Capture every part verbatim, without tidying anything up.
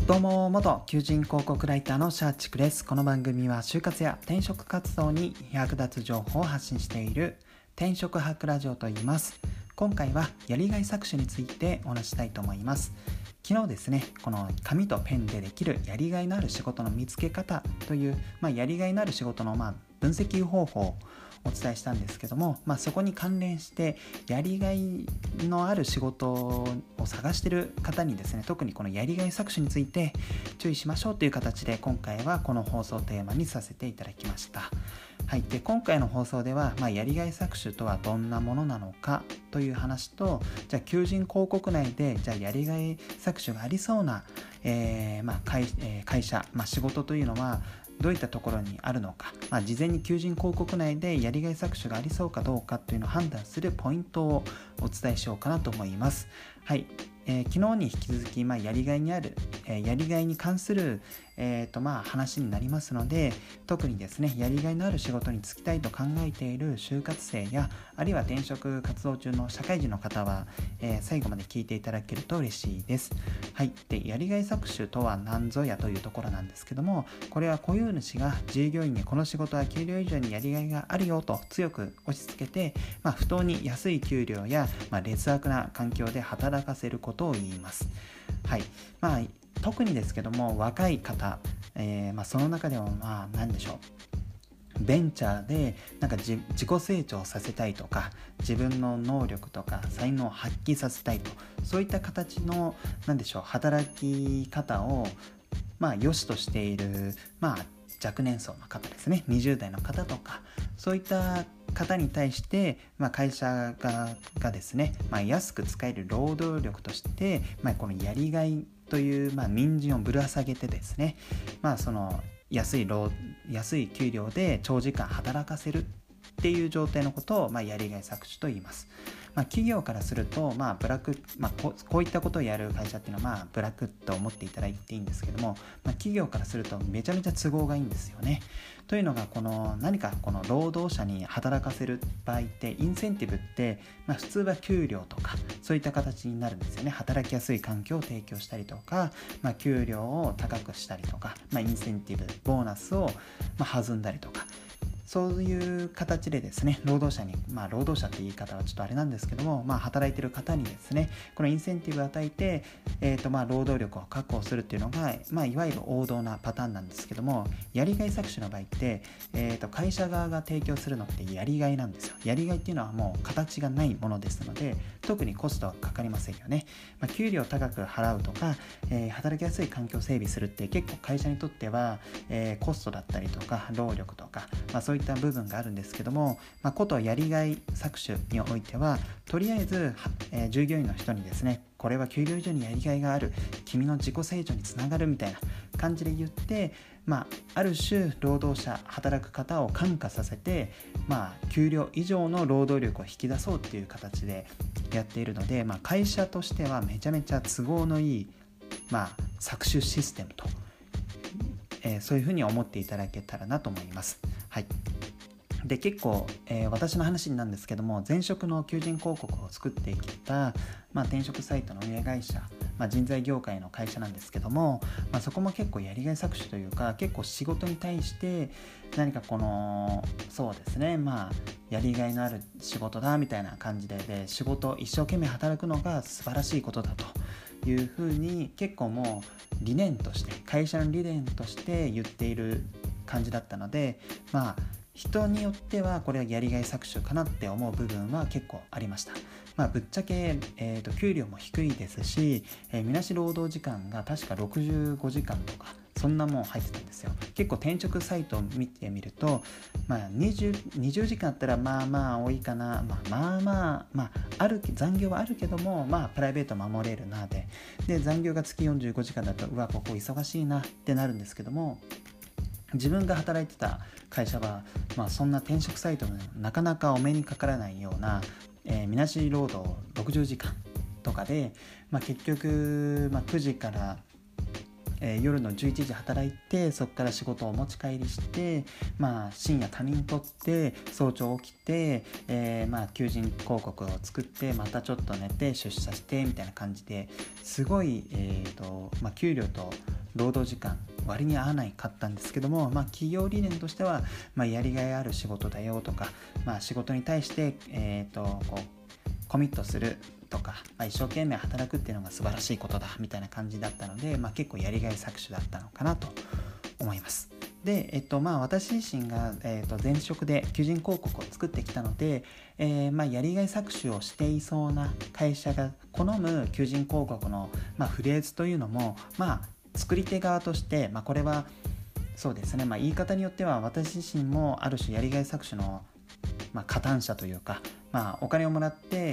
どうも、元求人広告ライターのシャーチクです。この番組は就活や転職活動に役立つ情報を発信している転職ハックラジオと言います。今回はやりがい搾取についてお話したいと思います。昨日ですね、この紙とペンでできるやりがいのある仕事の見つけ方という、まあ、やりがいのある仕事のまあ分析方法をお伝えしたんですけども、まあ、そこに関連してやりがいのある仕事を探している方にですね、特にこのやりがい搾取について注意しましょうという形で今回はこの放送をテーマにさせていただきました。はい、で今回の放送では、まあ、やりがい搾取とはどんなものなのかという話と、じゃあ求人広告内でじゃあやりがい搾取がありそうな、えーまあ 会, えー、会社、まあ、仕事というのはどういったところにあるのか、まあ、事前に求人広告内でやりがい搾取がありそうかどうかというのを判断するポイントをお伝えしようかなと思います。はい、えー、昨日に引き続き、まあ、やりがいにある、えー、やりがいに関する、えーとまあ、話になりますので、特にですね、やりがいのある仕事に就きたいと考えている就活生や、あるいは転職活動中の社会人の方は、えー、最後まで聞いていただけると嬉しいです。はい、でやりがい搾取とは何ぞやというところなんですけども、これは固有主が従業員にこの仕事は給料以上にやりがいがあるよと強く押し付けて、まあ、不当に安い給料や、まあ、劣悪な環境で働かせることを言います。はい、まあ特にですけども、若い方、えーまあ、その中でもまあ何でしょう、ベンチャーでなんか自己成長させたいとか、自分の能力とか才能を発揮させたいと、そういった形の何でしょう、働き方をまあ良しとしている、まあ若年層の方ですね、にじゅう代の方とか、そういった方に対して、まあ、会社ががですね、まあ、安く使える労働力として、まあ、このやりがいという、まあ、民人をぶら下げてですね、まあ、その安い労安い給料で長時間働かせるっていう状態のことを、まあ、やりがい搾取と言います。まあ、企業からすると、まあブラックまあ、こ, こういったことをやる会社っていうのは、まあ、ブラックと思っていただいていいんですけども、まあ、企業からするとめちゃめちゃ都合がいいんですよね。というのが、この何かこの労働者に働かせる場合って、インセンティブって、まあ、普通は給料とかそういった形になるんですよね。働きやすい環境を提供したりとか、まあ、給料を高くしたりとか、まあ、インセンティブボーナスをまあ弾んだりとか、そういう形でですね、労働者に、まあ労働者って言い方はちょっとあれなんですけども、まあ働いてる方にですね、このインセンティブを与えて、えっとまあ労働力を確保するっていうのが、まあいわゆる王道なパターンなんですけども、やりがい搾取の場合って、えっと会社側が提供するのってやりがいなんですよ。やりがいっていうのはもう形がないものですので、特にコストはかかりませんよね。まあ、給料を高く払うとか、えー、働きやすい環境を整備するって結構会社にとっては、えー、コストだったりとか労力とか、まあ、そういった部分があるんですけども、まあ、ことやりがい搾取においては、とりあえず、えー、従業員の人にですね、これは給料以上にやりがいがある、君の自己成長につながるみたいな感じで言って、まあ、ある種労働者、働く方を感化させて、まあ、給料以上の労働力を引き出そうっていう形でやっているので、まあ、会社としてはめちゃめちゃ都合のいい、まあ、搾取システムと、えー、そういうふうに思っていただけたらなと思います。はい。で結構、えー、私の話なんですけども、前職の求人広告を作ってきた、まあ、転職サイトの運営会社、まあ、人材業界の会社なんですけども、まあ、そこも結構やりがい搾取というか、結構仕事に対して何かこのそうですね、まあやりがいのある仕事だみたいな感じで、で仕事一生懸命働くのが素晴らしいことだというふうに、結構もう理念として、会社の理念として言っている感じだったので、まあ人によってはこれはやりがい搾取かなって思う部分は結構ありました。まあ、ぶっちゃけ、えーと、給料も低いですし、えー、みなし労働時間が確かろくじゅうごじかんとか、そんなもん入ってたんですよ。結構転職サイトを見てみると、まあ、20, にじゅうじかんあったらまあまあ多いかな、まあまあまあ、まあ、ある残業はあるけども、まあプライベート守れるなで、で残業が月よんじゅうごじかんだと、うわここ忙しいなってなるんですけども、自分が働いてた会社は、まあ、そんな転職サイトのなかなかお目にかからないような、えー、みなし労働ろくじゅうじかんとかで、まあ、結局、まあ、くじからえー、夜のじゅういちじ働いて、そこから仕事をお持ち帰りして、まあ、深夜仮眠取って早朝起きて、えー、まあ求人広告を作ってまたちょっと寝て出社してみたいな感じですごい、えーとまあ、給料と労働時間割に合わないかったんですけども、まあ、企業理念としては、まあ、やりがいある仕事だよとか、まあ、仕事に対して、えーとこうコミットするとか、まあ、一生懸命働くっていうのが素晴らしいことだみたいな感じだったので、まあ、結構やりがい搾取だったのかなと思います。で、えっとまあ、私自身が、えっと、前職で求人広告を作ってきたので、えーまあ、やりがい搾取をしていそうな会社が好む求人広告の、まあ、フレーズというのも、まあ、作り手側として、まあ、これはそうですね、まあ、言い方によっては私自身もある種やりがい搾取の、まあ、加担者というか、まあ、お金をもらって、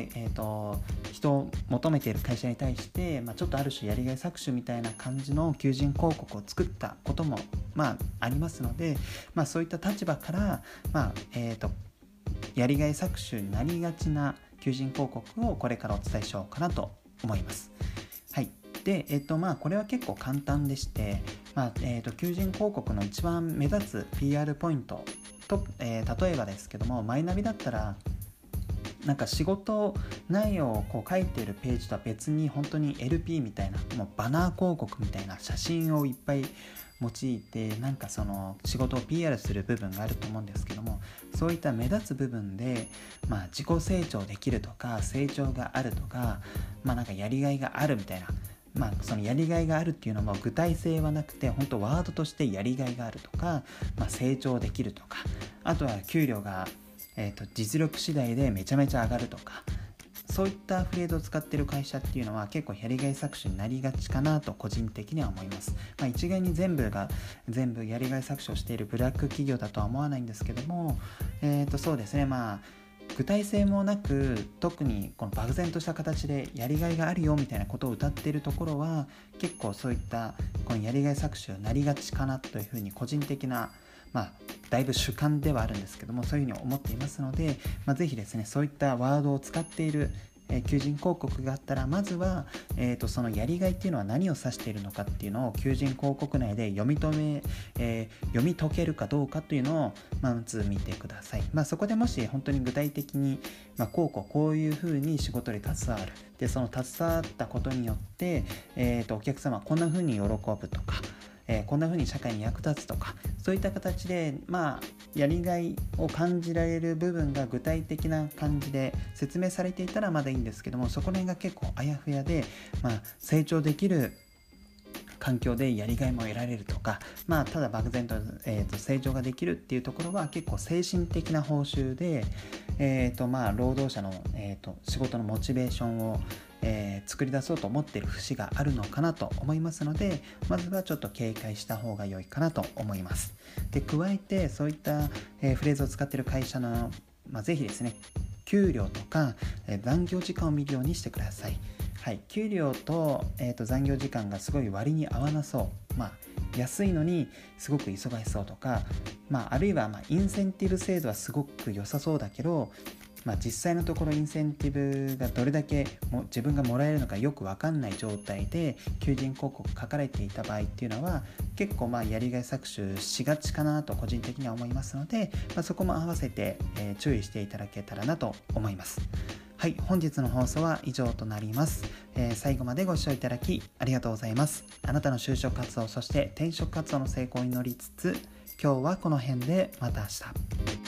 えーと、人を求めている会社に対して、まあ、ちょっとある種やりがい搾取みたいな感じの求人広告を作ったことも、まあ、ありますので、まあ、そういった立場から、まあえーと、やりがい搾取になりがちな求人広告をこれからお伝えしようかなと思います。はい。で、えっとまあ、これは結構簡単でして、まあえー、と求人広告の一番目立つ ピーアール ポイントと、えー、例えばですけども、マイナビだったらなんか仕事内容をこう書いているページとは別に本当に エルピー みたいな、もうバナー広告みたいな写真をいっぱい用いて、なんかその仕事を ピーアール する部分があると思うんですけども、そういった目立つ部分で、まあ、自己成長できるとか成長があるとか、まあ、なんかやりがいがあるみたいな、まあ、そのやりがいがあるっていうのも具体性はなくて、本当ワードとしてやりがいがあるとか、まあ、成長できるとか、あとは給料が、えーと、実力次第でめちゃめちゃ上がるとか、そういったフレーズを使っている会社っていうのは結構やりがい搾取になりがちかなと個人的には思います。まあ、一概に全部が全部やりがい搾取をしているブラック企業だとは思わないんですけども、えーとそうですね、まあ具体性もなく、特にこの漠然とした形でやりがいがあるよみたいなことを歌っているところは、結構そういったこのやりがい搾取になりがちかなというふうに個人的な、まあだいぶ主観ではあるんですけども、そういうふうに思っていますので、まあ、ぜひですね、そういったワードを使っているえー、求人広告があったら、まずは、えーと、そのやりがいっていうのは何を指しているのかっていうのを求人広告内で読み止め、えー、読み解けるかどうかというのをまず見てください。まあ、そこでもし本当に具体的に、まあ、こうこうこういうふうに仕事に携わる、でその携わったことによって、えーと、お客様はこんなふうに喜ぶとか、えー、こんな風に社会に役立つとか、そういった形で、まあ、やりがいを感じられる部分が具体的な感じで説明されていたらまだいいんですけども、そこら辺が結構あやふやで、まあ、成長できる環境でやりがいも得られるとか、まあ、ただ漠然と、えーと、成長ができるっていうところは結構精神的な報酬で、えーとまあ、労働者の、えーと、仕事のモチベーションをえー、作り出そうと思っている節があるのかなと思いますので、まずはちょっと警戒した方が良いかなと思います。で、加えてそういった、えー、フレーズを使っている会社の、まあ、ぜひですね、給料とか、えー、残業時間を見るようにしてください。はい、給料と、えーと、残業時間がすごい割に合わなそう、まあ、安いのにすごく忙しそうとか、まあ、あるいはまあインセンティブ制度はすごく良さそうだけど、まあ、実際のところインセンティブがどれだけも自分がもらえるのかよく分かんない状態で求人広告書かれていた場合っていうのは、結構まあやりがい搾取しがちかなと個人的には思いますので、まあ、そこも合わせて、えー、注意していただけたらなと思います。はい、本日の放送は以上となります。えー、最後までご視聴いただきありがとうございます。あなたの就職活動、そして転職活動の成功に乗りつつ、今日はこの辺で、また明日。